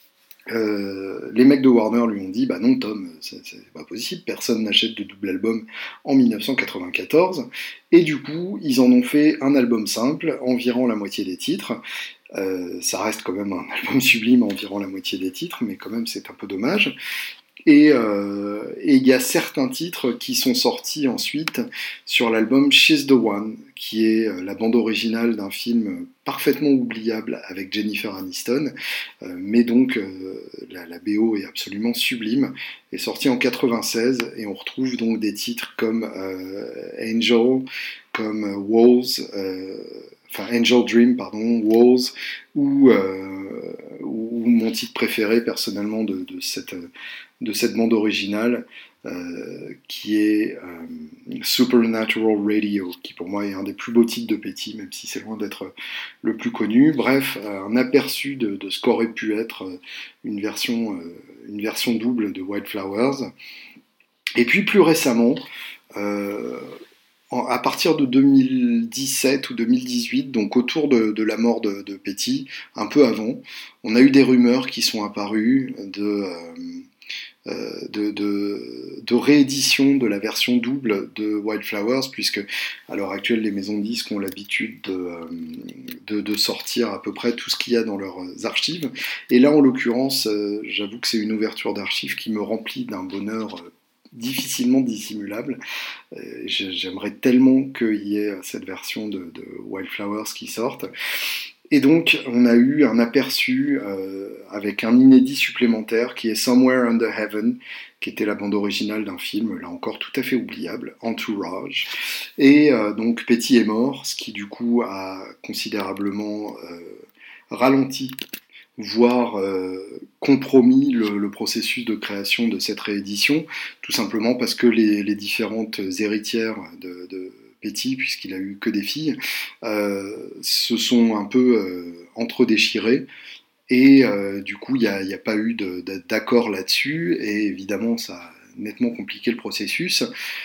euh, les mecs de Warner lui ont dit « Bah non, Tom, c'est, c'est pas possible, personne n'achète de double album en dix-neuf cent quatre-vingt-quatorze. » Et du coup, ils en ont fait un album simple, environ la moitié des titres. Euh, ça reste quand même un album sublime, environ la moitié des titres, mais quand même c'est un peu dommage. Et euh, et il y a certains titres qui sont sortis ensuite sur l'album She's the One, qui est la bande originale d'un film parfaitement oubliable avec Jennifer Aniston, euh, mais donc euh, la, la B O est absolument sublime, est sortie en quatre-vingt-seize, et on retrouve donc des titres comme euh, Angel, comme Walls, euh, enfin Angel Dream, pardon, Walls, ou, euh, ou mon titre préféré personnellement de, de cette de cette bande originale, euh, qui est euh, Supernatural Radio, qui pour moi est un des plus beaux titres de Petty, même si c'est loin d'être le plus connu. Bref, euh, un aperçu de, de ce qu'aurait pu être euh, une version, euh, une version double de Wildflowers. Et puis plus récemment, euh, en, à partir de deux mille dix-sept ou deux mille dix-huit, donc autour de, de la mort de, de Petty, un peu avant, on a eu des rumeurs qui sont apparues de... Euh, Euh, de, de, de réédition de la version double de Wildflowers, puisque à l'heure actuelle les maisons de disques ont l'habitude de, de, de sortir à peu près tout ce qu'il y a dans leurs archives, et là en l'occurrence euh, j'avoue que c'est une ouverture d'archives qui me remplit d'un bonheur euh, difficilement dissimulable. Euh, j'aimerais tellement qu'il y ait cette version de, de Wildflowers qui sorte. Et donc, on a eu un aperçu euh, avec un inédit supplémentaire qui est Somewhere Under Heaven, qui était la bande originale d'un film, là encore tout à fait oubliable, Entourage. Et euh, donc, Petty est mort, ce qui du coup a considérablement euh, ralenti, voire euh, compromis le, le processus de création de cette réédition, tout simplement parce que les, les différentes héritières de, de Petty, puisqu'il a eu que des filles, euh, se sont un peu euh, entre-déchirées, et euh, du coup il n'y a, a pas eu de, de, d'accord là-dessus, et évidemment ça a nettement compliqué le processus,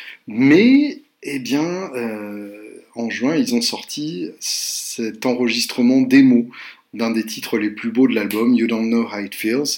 mais eh bien euh, en juin ils ont sorti cet enregistrement démo d'un des titres les plus beaux de l'album, You Don't Know How It Feels,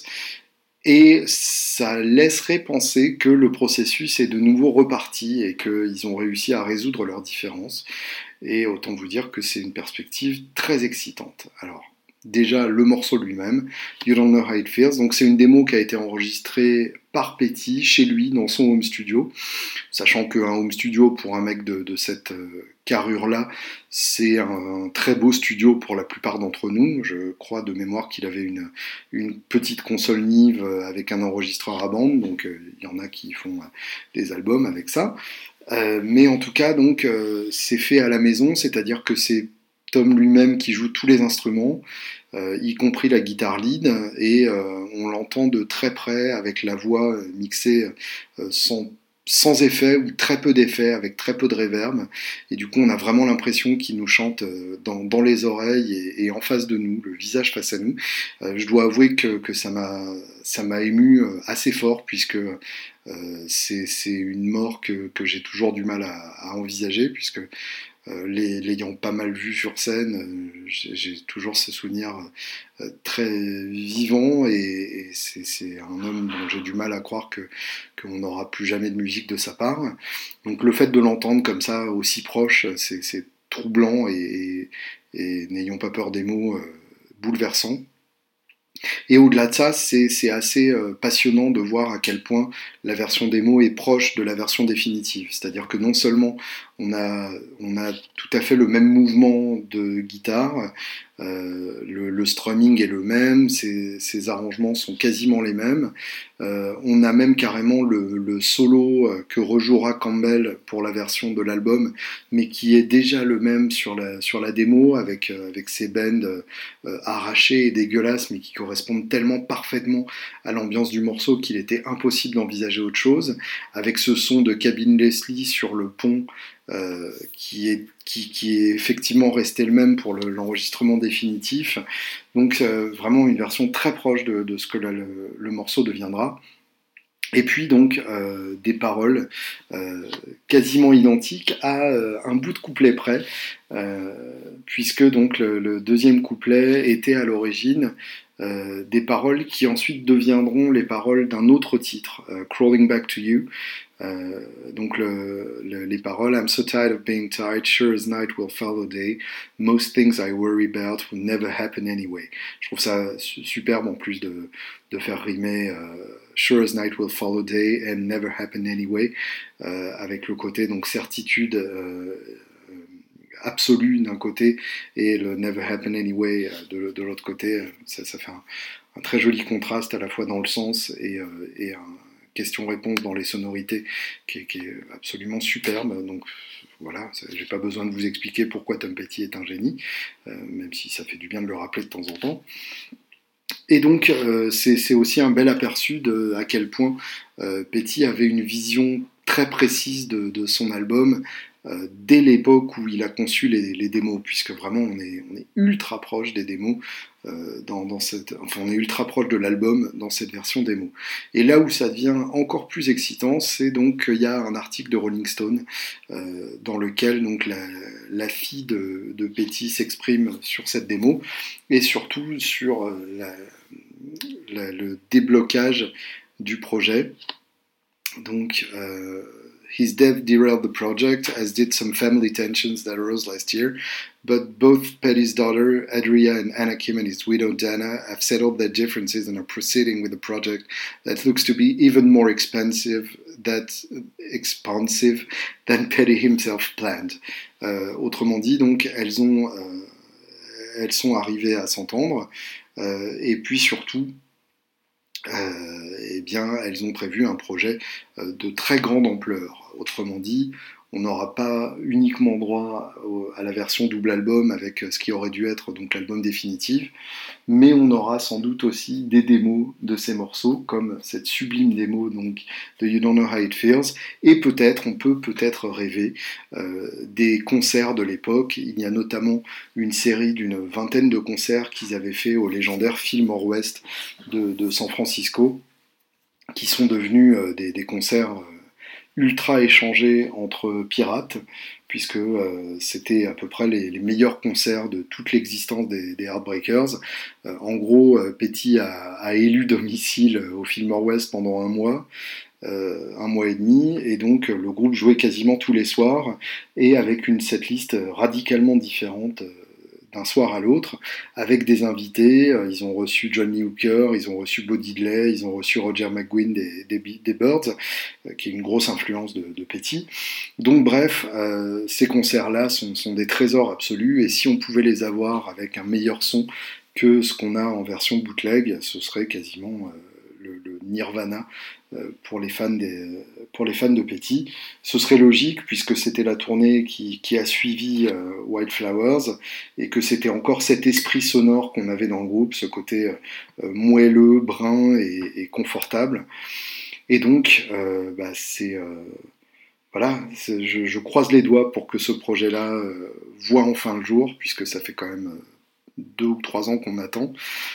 et ça laisserait penser que le processus est de nouveau reparti et qu'ils ont réussi à résoudre leurs différences. Et autant vous dire que c'est une perspective très excitante. Alors, déjà, le morceau lui-même, You Don't Know How It Feels, donc c'est une démo qui a été enregistrée par Petty, chez lui, dans son home studio, sachant qu'un home studio, pour un mec de, de cette euh, carrure-là, c'est un, un très beau studio pour la plupart d'entre nous. Je crois de mémoire qu'il avait une, une petite console Nive avec un enregistreur à bande, donc il euh, y en a qui font euh, des albums avec ça. Euh, mais en tout cas, donc, euh, c'est fait à la maison, c'est-à-dire que c'est Tom lui-même qui joue tous les instruments, euh, y compris la guitare lead, et euh, on l'entend de très près avec la voix euh, mixée euh, sans, sans effet ou très peu d'effet, avec très peu de reverb, et du coup on a vraiment l'impression qu'il nous chante euh, dans, dans les oreilles et, et en face de nous, le visage face à nous. Euh, je dois avouer que, que ça m'a, ça m'a ému euh, assez fort, puisque euh, c'est, c'est une mort que, que j'ai toujours du mal à, à envisager, puisque Euh, les, l'ayant pas mal vu sur scène, euh, j'ai, j'ai toujours ce souvenir euh, très vivant, et, et c'est, c'est un homme dont j'ai du mal à croire que, qu'on n'aura plus jamais de musique de sa part. Donc le fait de l'entendre comme ça, aussi proche, c'est, c'est troublant, et, et, et n'ayons pas peur des mots, euh, bouleversant. Et au-delà de ça, c'est, c'est assez euh, passionnant de voir à quel point la version démo est proche de la version définitive. C'est-à-dire que non seulement on a, on a tout à fait le même mouvement de guitare, euh, le, le strumming est le même, ses, ses arrangements sont quasiment les mêmes, euh, on a même carrément le, le solo que rejouera Campbell pour la version de l'album, mais qui est déjà le même sur la, sur la démo, avec, euh, avec ses bends euh, arrachés et dégueulasses, mais qui correspondent tellement parfaitement à l'ambiance du morceau qu'il était impossible d'envisager autre chose, avec ce son de Cabin Leslie sur le pont, Euh, qui, est, qui, qui est effectivement resté le même pour le, l'enregistrement définitif. Donc euh, vraiment une version très proche de, de ce que la, le, le morceau deviendra. Et puis donc euh, des paroles euh, quasiment identiques à euh, un bout de couplet près, euh, puisque donc le, le deuxième couplet était à l'origine euh, des paroles qui ensuite deviendront les paroles d'un autre titre, euh, Crawling Back to You. Euh, donc le, le, les paroles I'm so tired of being tired, sure as night will follow day, most things I worry about will never happen anyway. Je trouve ça superbe, en plus de, de faire rimer euh, sure as night will follow day and never happen anyway, euh, avec le côté donc certitude euh, absolue d'un côté et le never happen anyway de, de l'autre côté. Ça, ça fait un, un très joli contraste à la fois dans le sens et, euh, et un question-réponse dans les sonorités qui est, qui est absolument superbe. Donc voilà, j'ai pas besoin de vous expliquer pourquoi Tom Petty est un génie, euh, même si ça fait du bien de le rappeler de temps en temps. Et donc euh, c'est, c'est aussi un bel aperçu de à quel point euh, Petty avait une vision très précise de, de son album euh, dès l'époque où il a conçu les, les démos, puisque vraiment on est, on est ultra proche des démos, euh, dans, dans cette, enfin on est ultra proche de l'album dans cette version démo. Et là où ça devient encore plus excitant, c'est donc qu'il y a un article de Rolling Stone euh, dans lequel donc la, la fille de, de Petty s'exprime sur cette démo, et surtout sur euh, la, la, le déblocage du projet. Donc euh, his death derailed the project, as did some family tensions that arose last year, but both Petty's daughter, Adria, and Anakim, and his widow, Dana, have settled their differences and are proceeding with a project that looks to be even more expensive, that, expansive than Petty himself planned. Euh, autrement dit, donc, elles ont... Euh, elles sont arrivées à s'entendre, euh, et puis surtout, euh, eh bien, elles ont prévu un projet euh, de très grande ampleur. Autrement dit, on n'aura pas uniquement droit au, à la version double album avec ce qui aurait dû être donc l'album définitif, mais on aura sans doute aussi des démos de ces morceaux, comme cette sublime démo donc de You Don't Know How It Feels, et peut-être, on peut peut-être rêver euh, des concerts de l'époque. Il y a notamment une série d'une vingtaine de concerts qu'ils avaient fait au légendaire Fillmore West de, de San Francisco, qui sont devenus euh, des, des concerts euh, ultra échangés entre pirates, puisque euh, c'était à peu près les, les meilleurs concerts de toute l'existence des, des Heartbreakers. Euh, en gros, euh, Petty a, a élu domicile au Fillmore West pendant un mois, euh, un mois et demi, et donc le groupe jouait quasiment tous les soirs, et avec une setlist radicalement différente euh, d'un soir à l'autre, avec des invités. Ils ont reçu Johnny Hooker, ils ont reçu Bo Diddley, ils ont reçu Roger McGuinn des, des, des Byrds, qui est une grosse influence de, de Petty. Donc bref, euh, ces concerts-là sont, sont des trésors absolus, et si on pouvait les avoir avec un meilleur son que ce qu'on a en version bootleg, ce serait quasiment euh, le, le Nirvana euh, pour les fans des, pour les fans de Petty. Ce serait logique, puisque c'était la tournée qui, qui a suivi euh, White Flowers, et que c'était encore cet esprit sonore qu'on avait dans le groupe, ce côté euh, moelleux, brun et, et confortable. Et donc, euh, bah, c'est... Euh, voilà, c'est, je, je croise les doigts pour que ce projet-là euh, voit enfin le jour, puisque ça fait quand même euh, deux ou trois ans qu'on attend.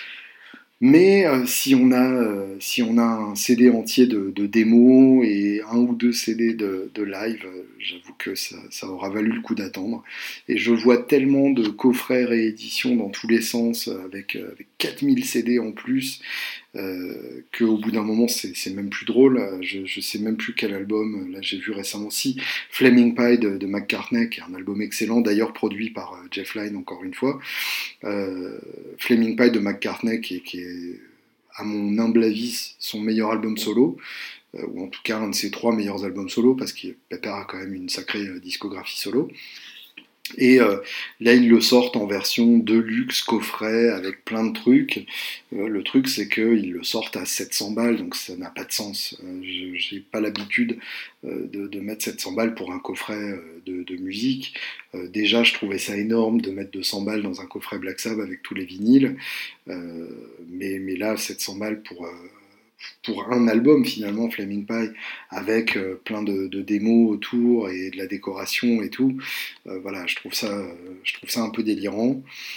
Mais euh, si, on a, euh, si on a un C D entier de, de démos et un ou deux C D de, de live, euh, j'avoue que ça, ça aura valu le coup d'attendre. Et je vois tellement de coffrets rééditions dans tous les sens, avec, avec quatre mille C D en plus, euh, qu'au bout d'un moment, c'est, c'est même plus drôle. Je ne sais même plus quel album, là j'ai vu récemment aussi, Flaming Pie de, de McCartney, qui est un album excellent, d'ailleurs produit par euh, Jeff Lynne encore une fois. Euh, Flaming Pie de McCartney, qui est, qui est, à mon humble avis, son meilleur album solo, euh, ou en tout cas un de ses trois meilleurs albums solo, parce que Pepper a quand même une sacrée euh, discographie solo. Et euh, là, ils le sortent en version deluxe, coffret, avec plein de trucs. Euh, le truc, c'est qu'ils le sortent à sept cents balles, donc ça n'a pas de sens. Euh, je n'ai pas l'habitude euh, de, de mettre sept cents balles pour un coffret euh, de, de musique. Euh, déjà, je trouvais ça énorme de mettre deux cents balles dans un coffret Black Sabbath avec tous les vinyles. Euh, mais, mais là, sept cents balles pour... Euh, pour un album finalement, Flaming Pie, avec euh, plein de, de démos autour et de la décoration et tout, euh, voilà, je trouve ça, euh, je trouve ça un peu délirant.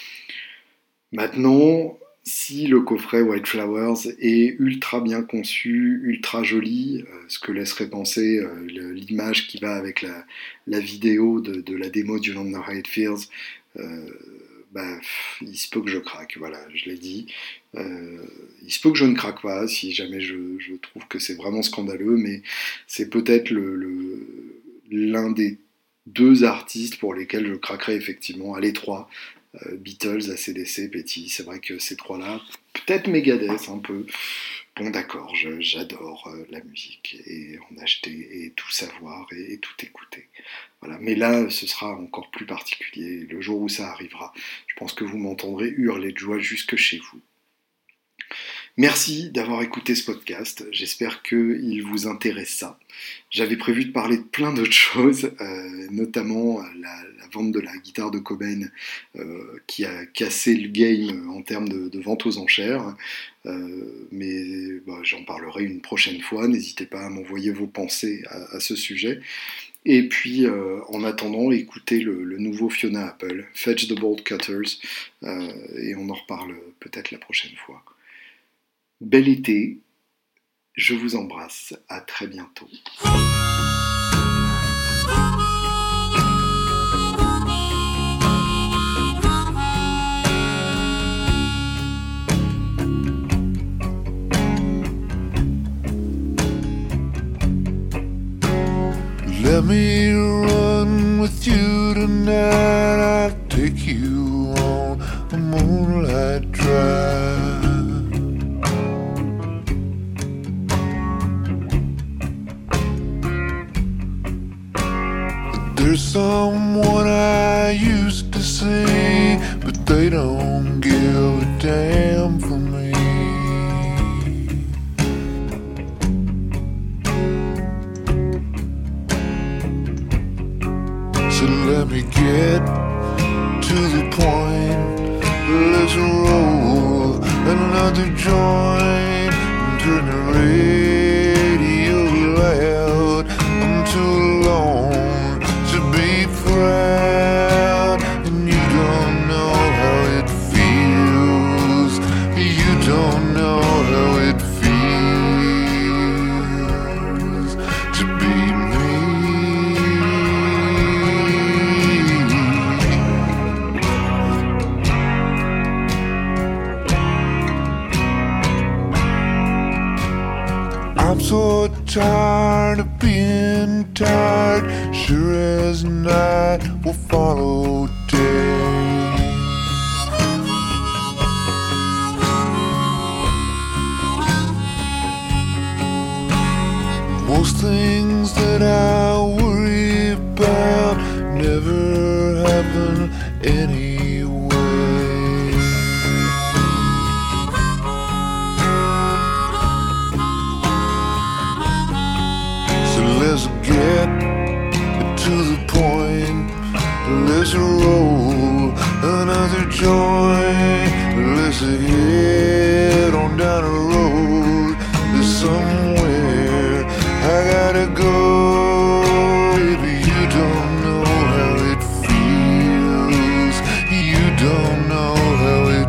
Maintenant, si le coffret White Flowers est ultra bien conçu, ultra joli, euh, ce que laisserait penser euh, le, l'image qui va avec la, la vidéo de, de la démo du You Don't Know How It Feels, euh, bah, il se peut que je craque, voilà, je l'ai dit. Euh, il se peut que je ne craque pas, si jamais je, je trouve que c'est vraiment scandaleux, mais c'est peut-être le, le, l'un des deux artistes pour lesquels je craquerai effectivement, à les trois, euh, Beatles, A C D C, Petty. C'est vrai que ces trois-là, peut-être Megadeth un peu, bon d'accord, je, j'adore euh, la musique, et en acheter, et tout savoir, et, et tout écouter. Voilà. Mais là, ce sera encore plus particulier, le jour où ça arrivera. Je pense que vous m'entendrez hurler de joie jusque chez vous. Merci d'avoir écouté ce podcast, j'espère qu'il vous intéressa. J'avais prévu de parler de plein d'autres choses, euh, notamment la, la vente de la guitare de Cobain euh, qui a cassé le game en termes de, de vente aux enchères, euh, mais bah, j'en parlerai une prochaine fois, n'hésitez pas à m'envoyer vos pensées à, à ce sujet. Et puis, euh, en attendant, écoutez le, le nouveau Fiona Apple, Fetch the Bolt Cutters, euh, et on en reparle peut-être la prochaine fois. Bel été, je vous embrasse, à très bientôt. Let me run with you tonight, I'll take you on a moonlight drive. There's someone I used to see, but they don't give a damn for me. So let me get to the point. Let's roll another joint and turn the radio loud. I'm too alone to be proud, and you don't know how it feels. You don't know how it feels to be me. I'm so tired of being tired, sure as night will follow day. Most things that I worry about never happen anyway. So let's get to the point. Let's roll another joint. Let's head on down the road. There's somewhere I gotta go. Baby, you don't know how it feels. You don't know how it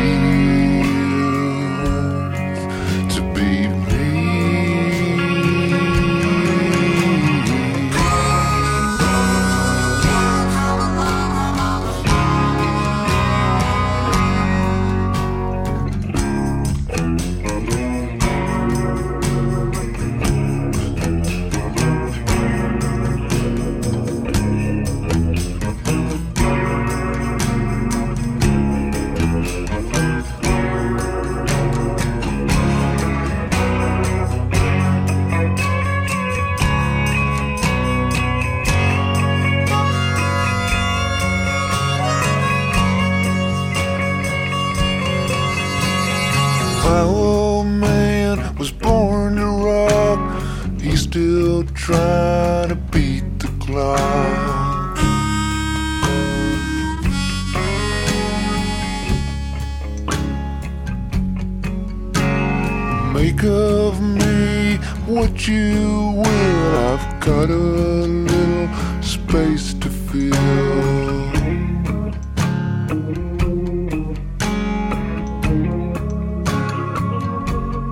feels to be me. My old man was born to rock. He's still trying to beat the clock. Make of me what you will. I've got a little space to fill.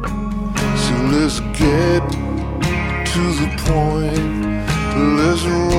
Let's get to the point. Let's roll